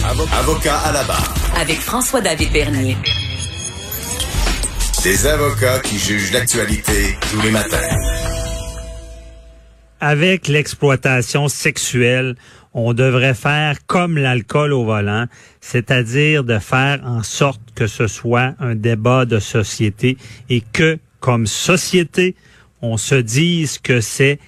Avocat à la barre. Avec François-David Bernier. Des avocats qui jugent l'actualité tous les matins. Avec l'exploitation sexuelle, on devrait faire comme l'alcool au volant, c'est-à-dire de faire en sorte que ce soit un débat de société et que, comme société, on se dise que c'est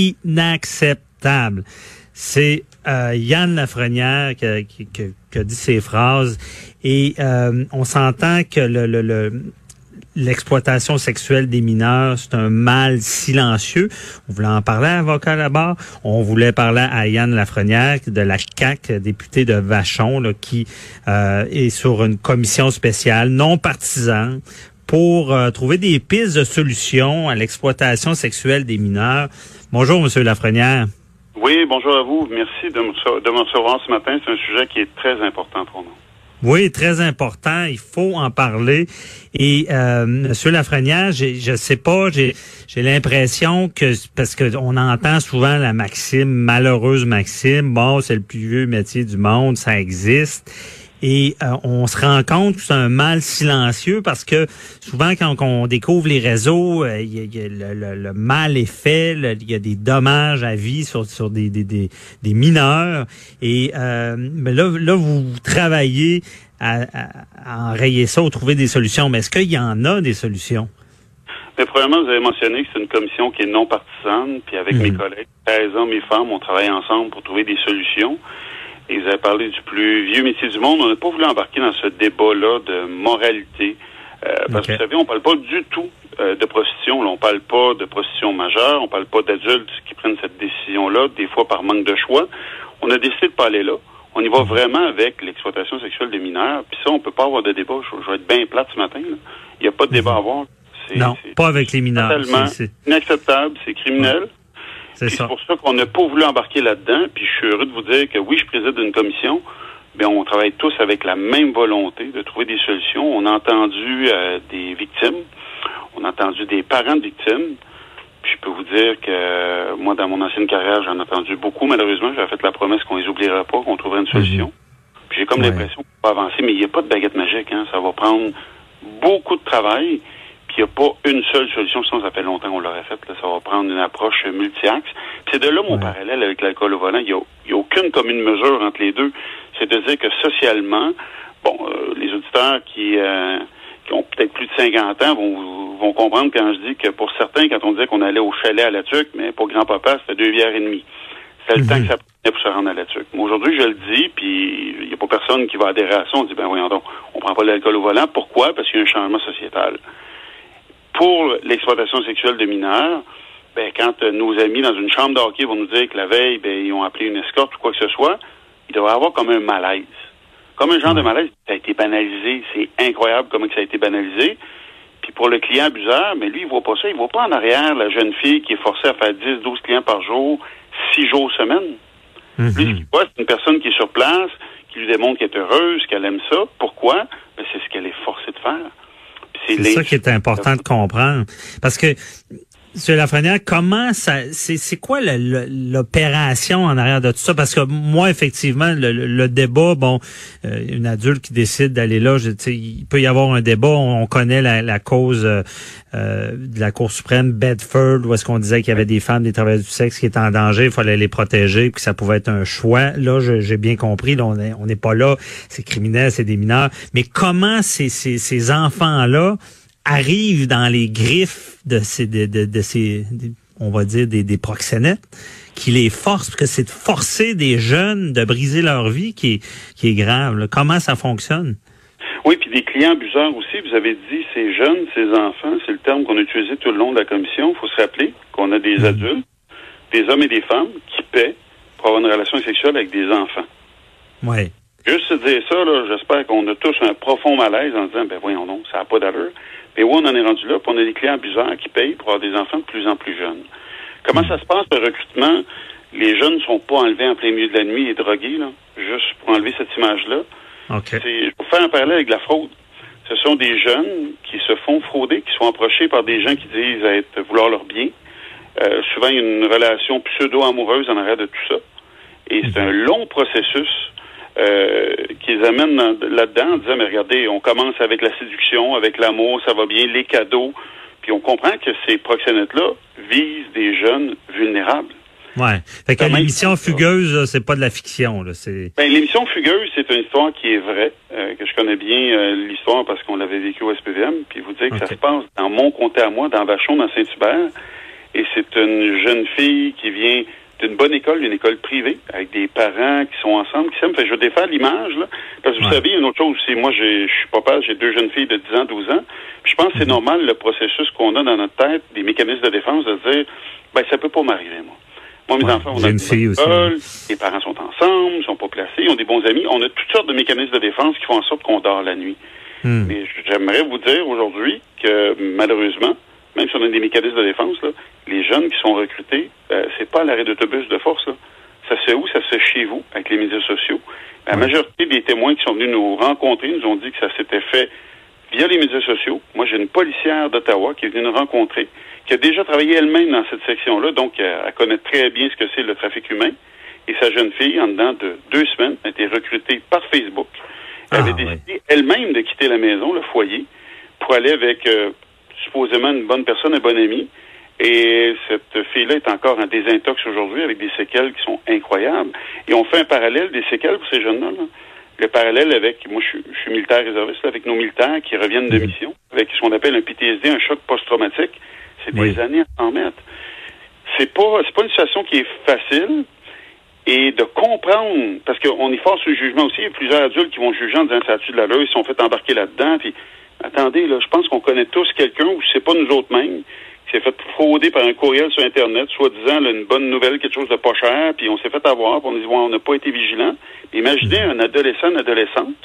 inacceptable. C'est Yann Lafrenière qui a dit ces phrases et on s'entend que l'exploitation sexuelle des mineurs, c'est un mal silencieux. On voulait en parler à Avocat à la barre. On voulait parler à Yann Lafrenière de la CAQ, député de Vachon, là, qui est sur une commission spéciale non partisane pour trouver des pistes de solutions à l'exploitation sexuelle des mineurs. Bonjour, Monsieur Lafrenière. Oui, bonjour à vous. Merci de me recevoir ce matin. C'est un sujet qui est très important pour nous. Oui, très important. Il faut en parler. Et Monsieur Lafrenière, je sais pas, j'ai l'impression que parce que on entend souvent la malheureuse maxime, bon, c'est le plus vieux métier du monde, ça existe. Et on se rend compte que c'est un mal silencieux parce que souvent quand on découvre les réseaux, le mal est fait, il y a des dommages à vie sur des mineurs. Et mais là vous travaillez à enrayer ça ou trouver des solutions. Mais est-ce qu'il y en a des solutions? Mais premièrement, vous avez mentionné que c'est une commission qui est non partisane, puis avec mes collègues, 13 hommes et femmes, on travaille ensemble pour trouver des solutions. Et vous avez parlé du plus vieux métier du monde. On n'a pas voulu embarquer dans ce débat-là de moralité. Parce que vous savez, on parle pas du tout de prostitution. Là, on parle pas de prostitution majeure. On parle pas d'adultes qui prennent cette décision-là, des fois par manque de choix. On a décidé de pas aller là. On y va vraiment avec l'exploitation sexuelle des mineurs. Puis ça, on peut pas avoir de débat. Je vais être bien plate ce matin. Il n'y a pas de débat à avoir. Non, pas avec les mineurs. Totalement inacceptable. C'est criminel. C'est pour ça qu'on n'a pas voulu embarquer là-dedans. Puis je suis heureux de vous dire que oui, je préside une commission. Bien, on travaille tous avec la même volonté de trouver des solutions. On a entendu des victimes. On a entendu des parents de victimes. Puis je peux vous dire que moi, dans mon ancienne carrière, j'en ai entendu beaucoup. Malheureusement, j'avais fait la promesse qu'on les oubliera pas, qu'on trouverait une solution. Puis j'ai comme l'impression qu'on va avancer, mais il n'y a pas de baguette magique. Hein. Ça va prendre beaucoup de travail. Puis il n'y a pas une seule solution, sinon ça fait longtemps qu'on l'aurait fait. Là. Ça va prendre une approche multi-axe. Puis c'est de là mon parallèle avec l'alcool au volant. Il y a aucune commune mesure entre les deux. C'est de dire que socialement, les auditeurs qui ont peut-être plus de 50 ans vont comprendre quand je dis que pour certains, quand on disait qu'on allait au chalet à la Tuque, mais pour grand-papa, c'était 2 bières et demie. C'était le temps que ça prenait pour se rendre à la Tuque. Mais aujourd'hui, je le dis, puis il n'y a pas personne qui va adhérer à ça. On dit, ben voyons donc, on prend pas l'alcool au volant. Pourquoi? Parce qu'il y a un changement sociétal. Pour l'exploitation sexuelle de mineurs, quand nos amis dans une chambre de hockey vont nous dire que la veille, ils ont appelé une escorte ou quoi que ce soit, il devrait y avoir comme un malaise. Comme un genre de malaise, ça a été banalisé. C'est incroyable comment ça a été banalisé. Puis pour le client abuseur, mais lui, il voit pas ça. Il voit pas en arrière la jeune fille qui est forcée à faire 10, 12 clients par jour, 6 jours semaine. Lui, ce qu'il voit, c'est une personne qui est sur place, qui lui démontre qu'elle est heureuse, qu'elle aime ça. Pourquoi? C'est ce qu'elle est forcée de faire. C'est ça qui est important de comprendre. Parce que, M. Lafrenière, comment c'est quoi l'opération en arrière de tout ça? Parce que moi, effectivement, le débat, une adulte qui décide d'aller là, il peut y avoir un débat. On connaît la cause de la Cour suprême, Bedford, où est-ce qu'on disait qu'il y avait des femmes, des travailleurs du sexe qui étaient en danger, il fallait les protéger, puis que ça pouvait être un choix. Là, j'ai bien compris, là, on n'est pas là, c'est criminel, c'est des mineurs. Mais comment ces enfants-là arrivent dans les griffes de ces on va dire des proxénètes qui les forcent, parce que c'est de forcer des jeunes de briser leur vie qui est grave. Là. Comment ça fonctionne? Oui, puis des clients abuseurs aussi. Vous avez dit ces jeunes, ces enfants, c'est le terme qu'on a utilisé tout le long de la commission. Il faut se rappeler qu'on a des adultes, des hommes et des femmes qui paient pour avoir une relation sexuelle avec des enfants. Oui. Juste se dire ça, là, j'espère qu'on a tous un profond malaise en disant, voyons donc, ça n'a pas d'allure. Mais oui, on en est rendu là, puis on a des clients abuseurs qui payent pour avoir des enfants de plus en plus jeunes. Comment ça se passe, le recrutement? Les jeunes ne sont pas enlevés en plein milieu de la nuit et drogués, là, juste pour enlever cette image-là. Okay. Je vais faire un parallèle avec la fraude. Ce sont des jeunes qui se font frauder, qui sont approchés par des gens qui disent vouloir leur bien. Souvent, il y a une relation pseudo-amoureuse en arrière de tout ça. Et c'est un long processus qui les amènent là-dedans en disant, mais regardez, on commence avec la séduction, avec l'amour, ça va bien, les cadeaux. Puis on comprend que ces proxénètes-là visent des jeunes vulnérables. Ouais. Fait que l'émission Fugueuse, là, c'est pas de la fiction, là. L'émission Fugueuse, c'est une histoire qui est vraie, que je connais bien l'histoire parce qu'on l'avait vécu au SPVM. Puis vous dire que ça se passe dans mon comté à moi, dans Vachon, dans Saint-Hubert. Et c'est une jeune fille qui vient d'une bonne école, une école privée, avec des parents qui sont ensemble, qui s'aiment. Fait que je vais défaire l'image, là. Parce que vous savez, il y a une autre chose aussi. Moi, je suis papa, j'ai 2 jeunes filles de 10 ans, 12 ans. Puis je pense que c'est normal, le processus qu'on a dans notre tête, des mécanismes de défense, de se dire, ça peut pas m'arriver, moi. Moi, mes enfants, on a une école, les parents sont ensemble, ils sont pas placés, ils ont des bons amis. On a toutes sortes de mécanismes de défense qui font en sorte qu'on dort la nuit. Mais j'aimerais vous dire aujourd'hui que, malheureusement, même si on a des mécanismes de défense, là, les jeunes qui sont recrutés, c'est pas à l'arrêt d'autobus de force, là. Ça se fait où? Ça se fait chez vous, avec les médias sociaux. La majorité des témoins qui sont venus nous rencontrer nous ont dit que ça s'était fait via les médias sociaux. Moi, j'ai une policière d'Ottawa qui est venue nous rencontrer, qui a déjà travaillé elle-même dans cette section-là, donc elle connaît très bien ce que c'est le trafic humain. Et sa jeune fille, en dedans de 2 semaines, a été recrutée par Facebook. Elle avait décidé elle-même de quitter la maison, le foyer, pour aller avec supposément une bonne personne, un bon ami. Et cette fille-là est encore en désintox aujourd'hui avec des séquelles qui sont incroyables. Et on fait un parallèle des séquelles pour ces jeunes-là. Là. Le parallèle avec, moi je suis militaire réserviste, là, avec nos militaires qui reviennent de mission, avec ce qu'on appelle un PTSD, un choc post-traumatique. C'est des années à s'en mettre. C'est pas une situation qui est facile. Et de comprendre, parce qu'on est fort sur le jugement aussi, il y a plusieurs adultes qui vont juger en disant ça a-tu de l'allure, ils se sont fait embarquer là-dedans, puis attendez, là, je pense qu'on connaît tous quelqu'un, ou c'est pas nous autres mêmes, qui s'est fait frauder par un courriel sur Internet, soi-disant là, une bonne nouvelle, quelque chose de pas cher, puis on s'est fait avoir, puis on dit, on n'a pas été vigilant. Imaginez un adolescent, une adolescente,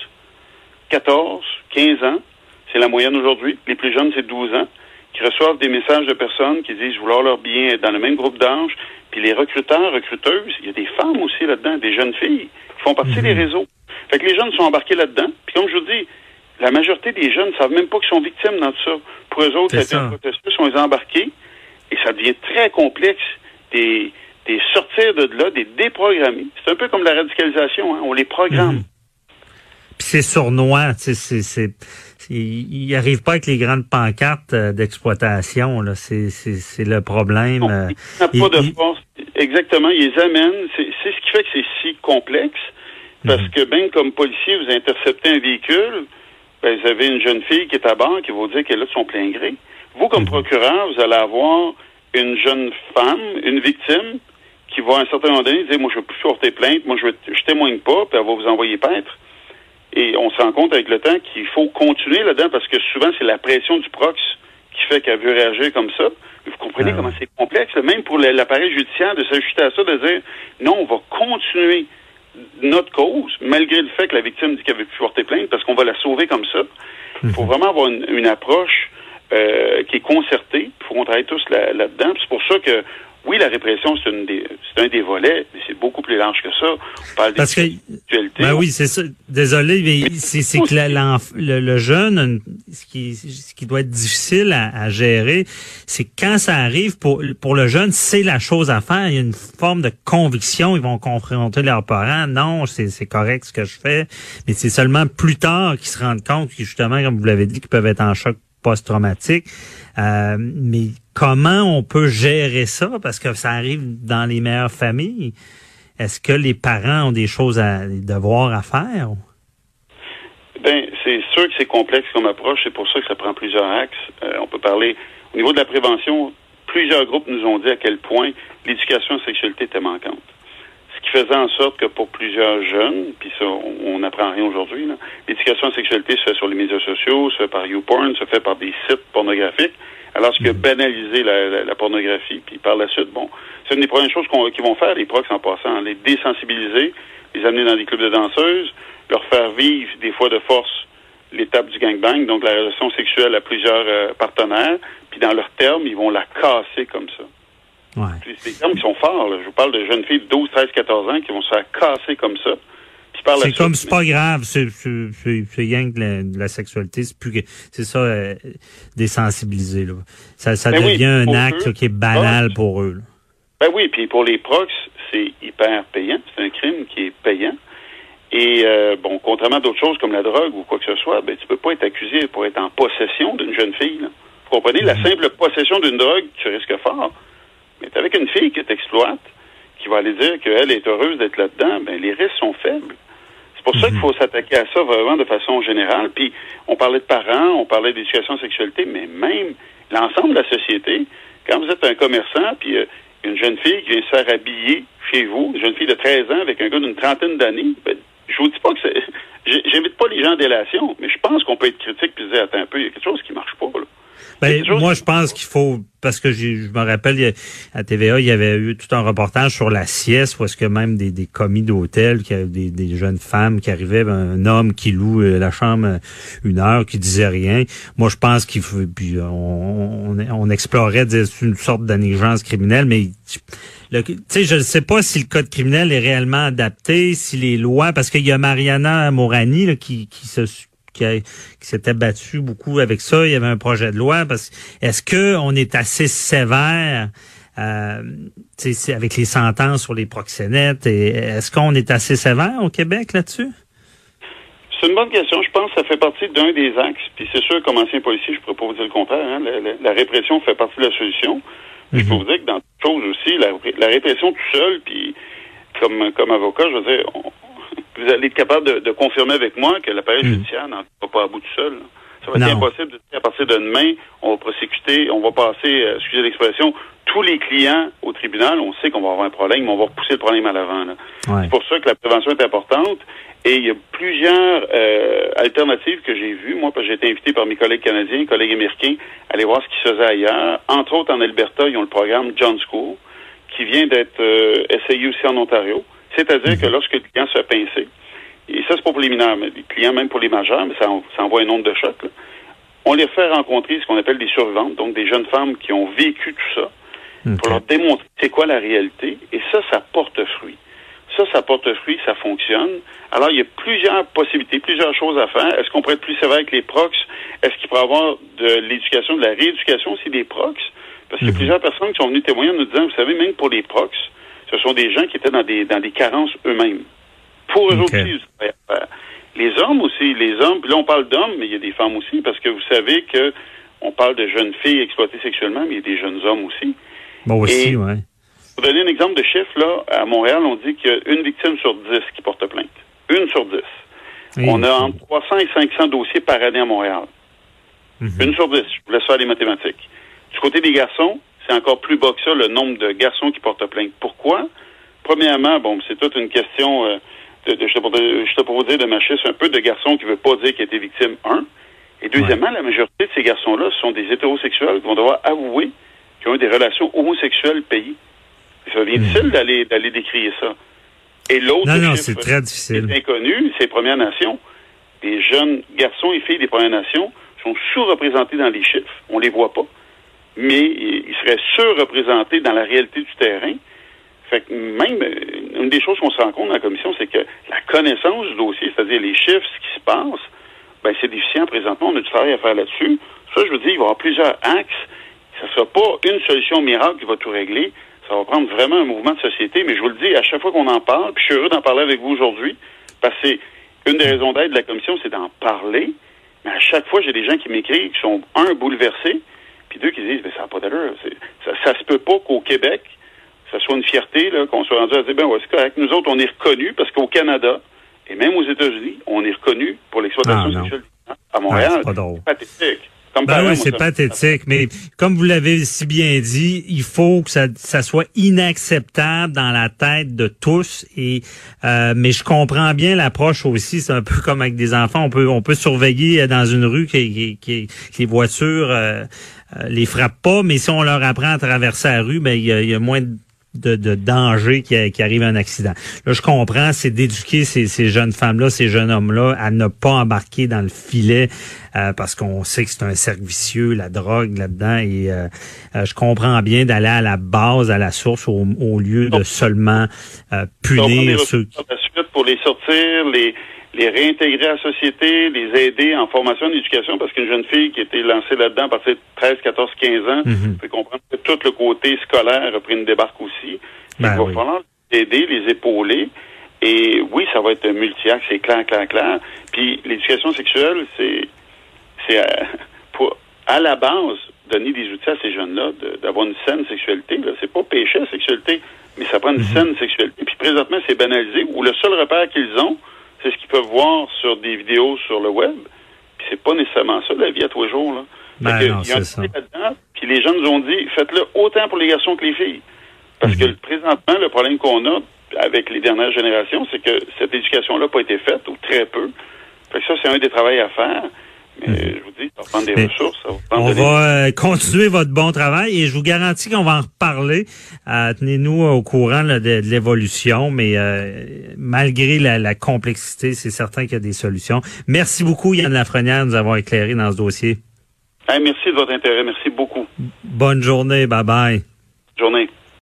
14, 15 ans, c'est la moyenne aujourd'hui, les plus jeunes, c'est 12 ans, qui reçoivent des messages de personnes qui disent vouloir leur bien être dans le même groupe d'âge, puis les recruteurs, recruteuses, il y a des femmes aussi là-dedans, des jeunes filles qui font partie des réseaux. Fait que les jeunes sont embarqués là-dedans, puis comme je vous dis, la majorité des jeunes ne savent même pas qu'ils sont victimes dans tout ça. Pour eux autres, c'est un processus, on les a embarqués, et ça devient très complexe des sortir de là, des déprogrammer. C'est un peu comme la radicalisation, hein? On les programme. Puis c'est sournois, tu sais, ils arrivent pas avec les grandes pancartes d'exploitation, là. C'est le problème. Ils n'ont pas de force. Exactement, ils les amènent. C'est ce qui fait que c'est si complexe, parce que bien comme policier, vous interceptez un véhicule, vous avez une jeune fille qui est à bord, qui va vous dire qu'elle est là de son plein gré. Vous, comme procureur, vous allez avoir une jeune femme, une victime, qui va à un certain moment donné dire, moi, je ne veux plus porter plainte, moi, je témoigne pas, puis elle va vous envoyer paître. Et on se rend compte avec le temps qu'il faut continuer là-dedans, parce que souvent, c'est la pression du prox qui fait qu'elle veut réagir comme ça. Vous comprenez comment c'est complexe, là, même pour l'appareil judiciaire, de s'ajuster à ça, de dire, non, on va continuer notre cause, malgré le fait que la victime dit qu'elle ne veut plus porter plainte, parce qu'on va la sauver comme ça. Il faut vraiment avoir une approche qui est concertée. Il faut qu'on travaille tous là-dedans. C'est pour ça que, oui, la répression, c'est un des volets, mais c'est beaucoup plus large que ça. On parle des sexualités. Ben oui, c'est ça. Désolé, mais c'est que le jeune, ce qui doit être difficile à gérer, c'est quand ça arrive pour le jeune, c'est la chose à faire. Il y a une forme de conviction. Ils vont confronter leurs parents. Non, c'est correct ce que je fais. Mais c'est seulement plus tard qu'ils se rendent compte que, justement, comme vous l'avez dit, qu'ils peuvent être en choc post-traumatique. Mais comment on peut gérer ça? Parce que ça arrive dans les meilleures familles. Est-ce que les parents ont des devoirs à faire? Ben, c'est sûr que c'est complexe comme approche. C'est pour ça que ça prend plusieurs axes. On peut parler, au niveau de la prévention, plusieurs groupes nous ont dit à quel point l'éducation en sexualité était manquante. Ce qui faisait en sorte que pour plusieurs jeunes, puis ça, on n'apprend rien aujourd'hui, là, l'éducation en sexualité se fait sur les médias sociaux, se fait par YouPorn, se fait par des sites pornographiques, alors ce qui a banalisé la pornographie. Puis par la suite, bon, c'est une des premières choses qu'ils vont faire, les procs en passant, les désensibiliser, les amener dans des clubs de danseuses, leur faire vivre des fois de force l'étape du gangbang, donc la relation sexuelle à plusieurs partenaires, puis dans leurs termes, ils vont la casser comme ça. Ouais. C'est des termes qui sont forts, là. Je vous parle de jeunes filles de 12, 13, 14 ans qui vont se faire casser comme ça. Puis par la suite, comme, c'est pas grave, c'est rien que de la sexualité, c'est ça, désensibiliser, là. Ça devient un acte là, qui est banal pour eux, là. Ben oui, puis pour les procs, c'est hyper payant. C'est un crime qui est payant. Et bon, contrairement à d'autres choses comme la drogue ou quoi que ce soit, ben tu peux pas être accusé pour être en possession d'une jeune fille. Là. Vous comprenez? La simple possession d'une drogue, tu risques fort. Mais t'es avec une fille que t'exploites, qui va aller dire qu'elle est heureuse d'être là-dedans, ben les risques sont faibles. C'est pour ça qu'il faut s'attaquer à ça vraiment de façon générale. Puis on parlait de parents, on parlait d'éducation sexualité, mais même l'ensemble de la société, quand vous êtes un commerçant, puis une jeune fille qui vient se faire habiller chez vous, une jeune fille de 13 ans avec un gars d'une trentaine d'années, ben, je vous dis pas que c'est... J'invite pas les gens en délation, mais je pense qu'on peut être critique puis se dire, attends un peu, il y a quelque chose qui marche pas, là. Ben, moi, je pense qu'il faut, parce que je me rappelle, à TVA, il y avait eu tout un reportage sur la sieste, où est-ce que même des commis d'hôtel, des jeunes femmes qui arrivaient, un homme qui loue la chambre 1 heure, qui disait rien. Moi, je pense qu'il faut, puis on explorait une sorte de négligence criminelle, mais tu sais, je ne sais pas si le code criminel est réellement adapté, si les lois, parce qu'il y a Mariana Morani là, qui s'était battue beaucoup avec ça. Il y avait un projet de loi. Est-ce que on est assez sévère avec les sentences sur les proxénètes? Et est-ce qu'on est assez sévère au Québec là-dessus? C'est une bonne question. Je pense que ça fait partie d'un des axes. Puis c'est sûr, comme ancien policier, je ne pourrais pas vous dire le contraire. Hein? La répression fait partie de la solution. Je peux vous dire que dans toute chose aussi, la répression tout seul, puis comme avocat, je veux dire, vous allez être capable de confirmer avec moi que l'appareil judiciaire n'en va pas à bout tout seul. Là. Ça va être impossible de dire à partir de demain, on va prosécuter, on va passer, excusez l'expression, tous les clients au tribunal. On sait qu'on va avoir un problème, mais on va repousser le problème à l'avant. Là. Ouais. C'est pour ça que la prévention est importante. Et il y a plusieurs alternatives que j'ai vues. Moi, parce que j'ai été invité par mes collègues canadiens, collègues américains, à aller voir ce qui se faisait ailleurs. Entre autres, en Alberta, ils ont le programme John School, qui vient d'être essayé aussi en Ontario. C'est-à-dire que lorsque le client se fait pincer, et ça, c'est pas pour les mineurs, mais les clients, même pour les majeurs, mais ça envoie un onde de choc, là. On les fait rencontrer ce qu'on appelle des survivantes, donc des jeunes femmes qui ont vécu tout ça, pour leur démontrer c'est quoi la réalité. Et ça porte fruit. Ça porte fruit, ça fonctionne. Alors, il y a plusieurs possibilités, plusieurs choses à faire. Est-ce qu'on pourrait être plus sévère avec les prox? Est-ce qu'il pourrait y avoir de l'éducation, de la rééducation aussi des prox? Parce qu'il y a plusieurs personnes qui sont venues témoigner en nous disant, vous savez, même pour les prox, ce sont des gens qui étaient dans des carences eux-mêmes. Pour eux aussi, les hommes aussi, puis là on parle d'hommes, mais il y a des femmes aussi, parce que vous savez que on parle de jeunes filles exploitées sexuellement, mais il y a des jeunes hommes aussi. Bon aussi, ouais. Pour donner un exemple de chiffre, là, à Montréal, on dit qu'il y a une victime sur 10 qui porte plainte. 1 sur 10. Oui, on a entre 300 et 500 dossiers par année à Montréal. 1 sur 10, je vous laisse faire les mathématiques. Du côté des garçons, c'est encore plus bas que ça, le nombre de garçons qui portent plainte. Pourquoi? Premièrement, bon, c'est toute une question, je pour vous dire de machisme, un peu de garçons qui ne veulent pas dire qu'ils étaient victimes, Et deuxièmement, la majorité de ces garçons-là sont des hétérosexuels qui vont devoir avouer qu'ils ont eu des relations homosexuelles payées. Ça devient difficile d'aller décrire ça. Et l'autre c'est très difficile. Qui est inconnu, c'est les Premières Nations. Les jeunes garçons et filles des Premières Nations sont sous-représentés dans les chiffres. On les voit pas. Mais ils seraient surreprésentés dans la réalité du terrain. Fait que même, une des choses qu'on se rend compte dans la commission, c'est que la connaissance du dossier, c'est-à-dire les chiffres, ce qui se passe, ben c'est déficient présentement. On a du travail à faire là-dessus. Ça, je veux dire, il va y avoir plusieurs axes. Ça ne sera pas une solution miracle qui va tout régler. Ça va prendre vraiment un mouvement de société. Mais je vous le dis, à chaque fois qu'on en parle, puis je suis heureux d'en parler avec vous aujourd'hui, parce que c'est une des raisons d'être de la commission, c'est d'en parler. Mais à chaque fois, j'ai des gens qui m'écrivent, qui sont, bouleversés, puis deux qui disent, mais ça n'a pas d'allure. Ça se peut pas qu'au Québec, ça soit une fierté, là, qu'on soit rendu à dire, c'est correct. Nous autres, on est reconnus, parce qu'au Canada, et même aux États-Unis, on est reconnus pour l'exploitation sexuelle à Montréal. C'est pas drôle. C'est pathétique. Oui, c'est pathétique, mais comme vous l'avez si bien dit, il faut que ça soit inacceptable dans la tête de tous. Et mais je comprends bien l'approche aussi. C'est un peu comme avec des enfants. On peut surveiller dans une rue que les voitures les frappent pas, mais si on leur apprend à traverser la rue, ben il y a moins de danger qui arrive un accident. Là, je comprends, c'est d'éduquer ces jeunes femmes-là, ces jeunes hommes-là, à ne pas embarquer dans le filet parce qu'on sait que c'est un cercle vicieux, la drogue là-dedans. Et je comprends bien d'aller à la base, à la source, au lieu de seulement punir ceux qui... Pour les sortir, les réintégrer à la société, les aider en formation d'éducation, parce qu'une jeune fille qui était lancée là-dedans à partir de 13, 14, 15 ans, vous pouvez comprendre que tout le côté scolaire a pris une débarque aussi. Il va falloir les aider, les épauler. Et oui, ça va être multi-axe, c'est clair. Puis l'éducation sexuelle, c'est pour, à la base, donner des outils à ces jeunes-là d'avoir une saine sexualité. Là. C'est pas péché, la sexualité, mais ça prend une saine sexualité. Puis présentement, c'est banalisé, où le seul repère qu'ils ont, c'est ce qu'ils peuvent voir sur des vidéos sur le web. Puis c'est pas nécessairement ça, la vie à tous les jours. Là. Non, c'est ça. Puis les jeunes nous ont dit, faites-le autant pour les garçons que les filles. Parce que présentement, le problème qu'on a avec les dernières générations, c'est que cette éducation-là n'a pas été faite, ou très peu. Fait que ça, c'est un des travaux à faire. Mais je vous dis, ça va prendre des ressources. On va continuer votre bon travail et je vous garantis qu'on va en reparler. Tenez-nous au courant là, de l'évolution, mais malgré la complexité, c'est certain qu'il y a des solutions. Merci beaucoup, Yann Lafrenière, de nous avoir éclairé dans ce dossier. Merci de votre intérêt. Merci beaucoup. Bonne journée. Bye-bye. Journée.